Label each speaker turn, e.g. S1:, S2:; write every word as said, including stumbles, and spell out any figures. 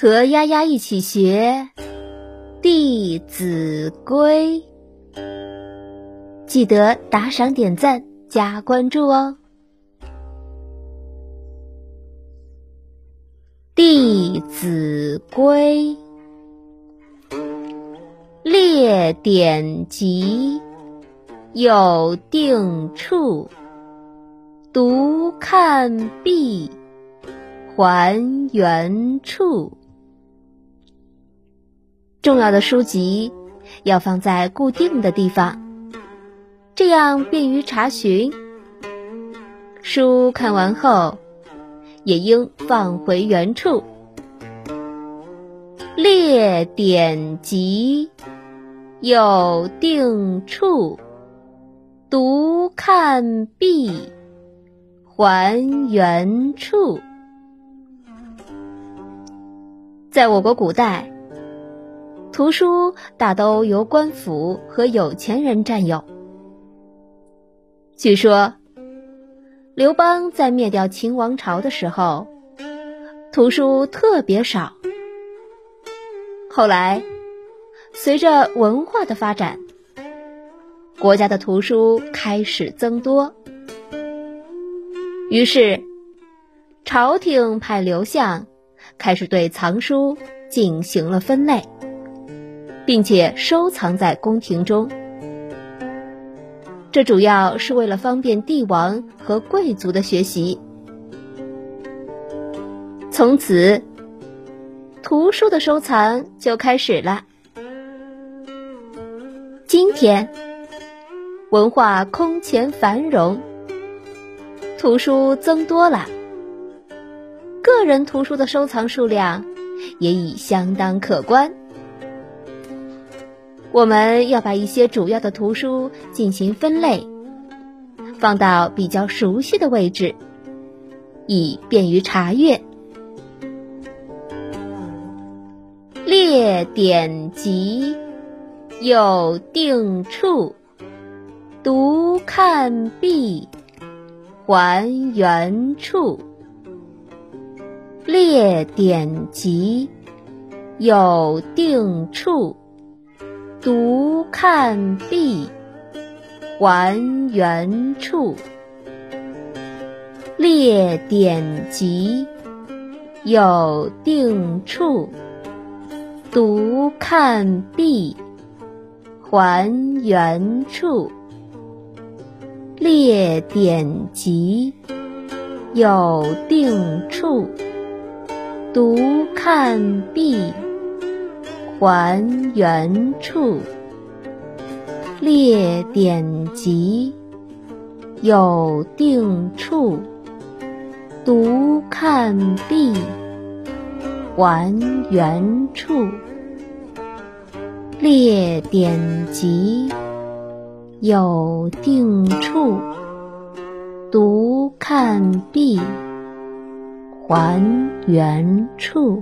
S1: 和丫丫一起学《弟子规》，记得打赏、点赞、加关注哦。《弟子规》列典籍，有定处，读看毕，还原处。重要的书籍要放在固定的地方，这样便于查询。书看完后，也应放回原处。列典籍，有定处，读看毕，还原处。在我国古代，图书大都由官府和有钱人占有。据说刘邦在灭掉秦王朝的时候，图书特别少。后来随着文化的发展，国家的图书开始增多，于是朝廷派刘向开始对藏书进行了分类，并且收藏在宫廷中。这主要是为了方便帝王和贵族的学习。从此，图书的收藏就开始了。今天，文化空前繁荣，图书增多了，个人图书的收藏数量也已相当可观。我们要把一些主要的图书进行分类，放到比较熟悉的位置，以便于查阅。列典籍，有定处，读看毕，还原处。列典籍，有定处，读看毕，还原处。列典籍，有定处，读看毕，还原处。列典籍，有定处，读看毕，还原处。列典籍，有定处，读看毕，还原处。列典籍，有定处，读看毕，还原处。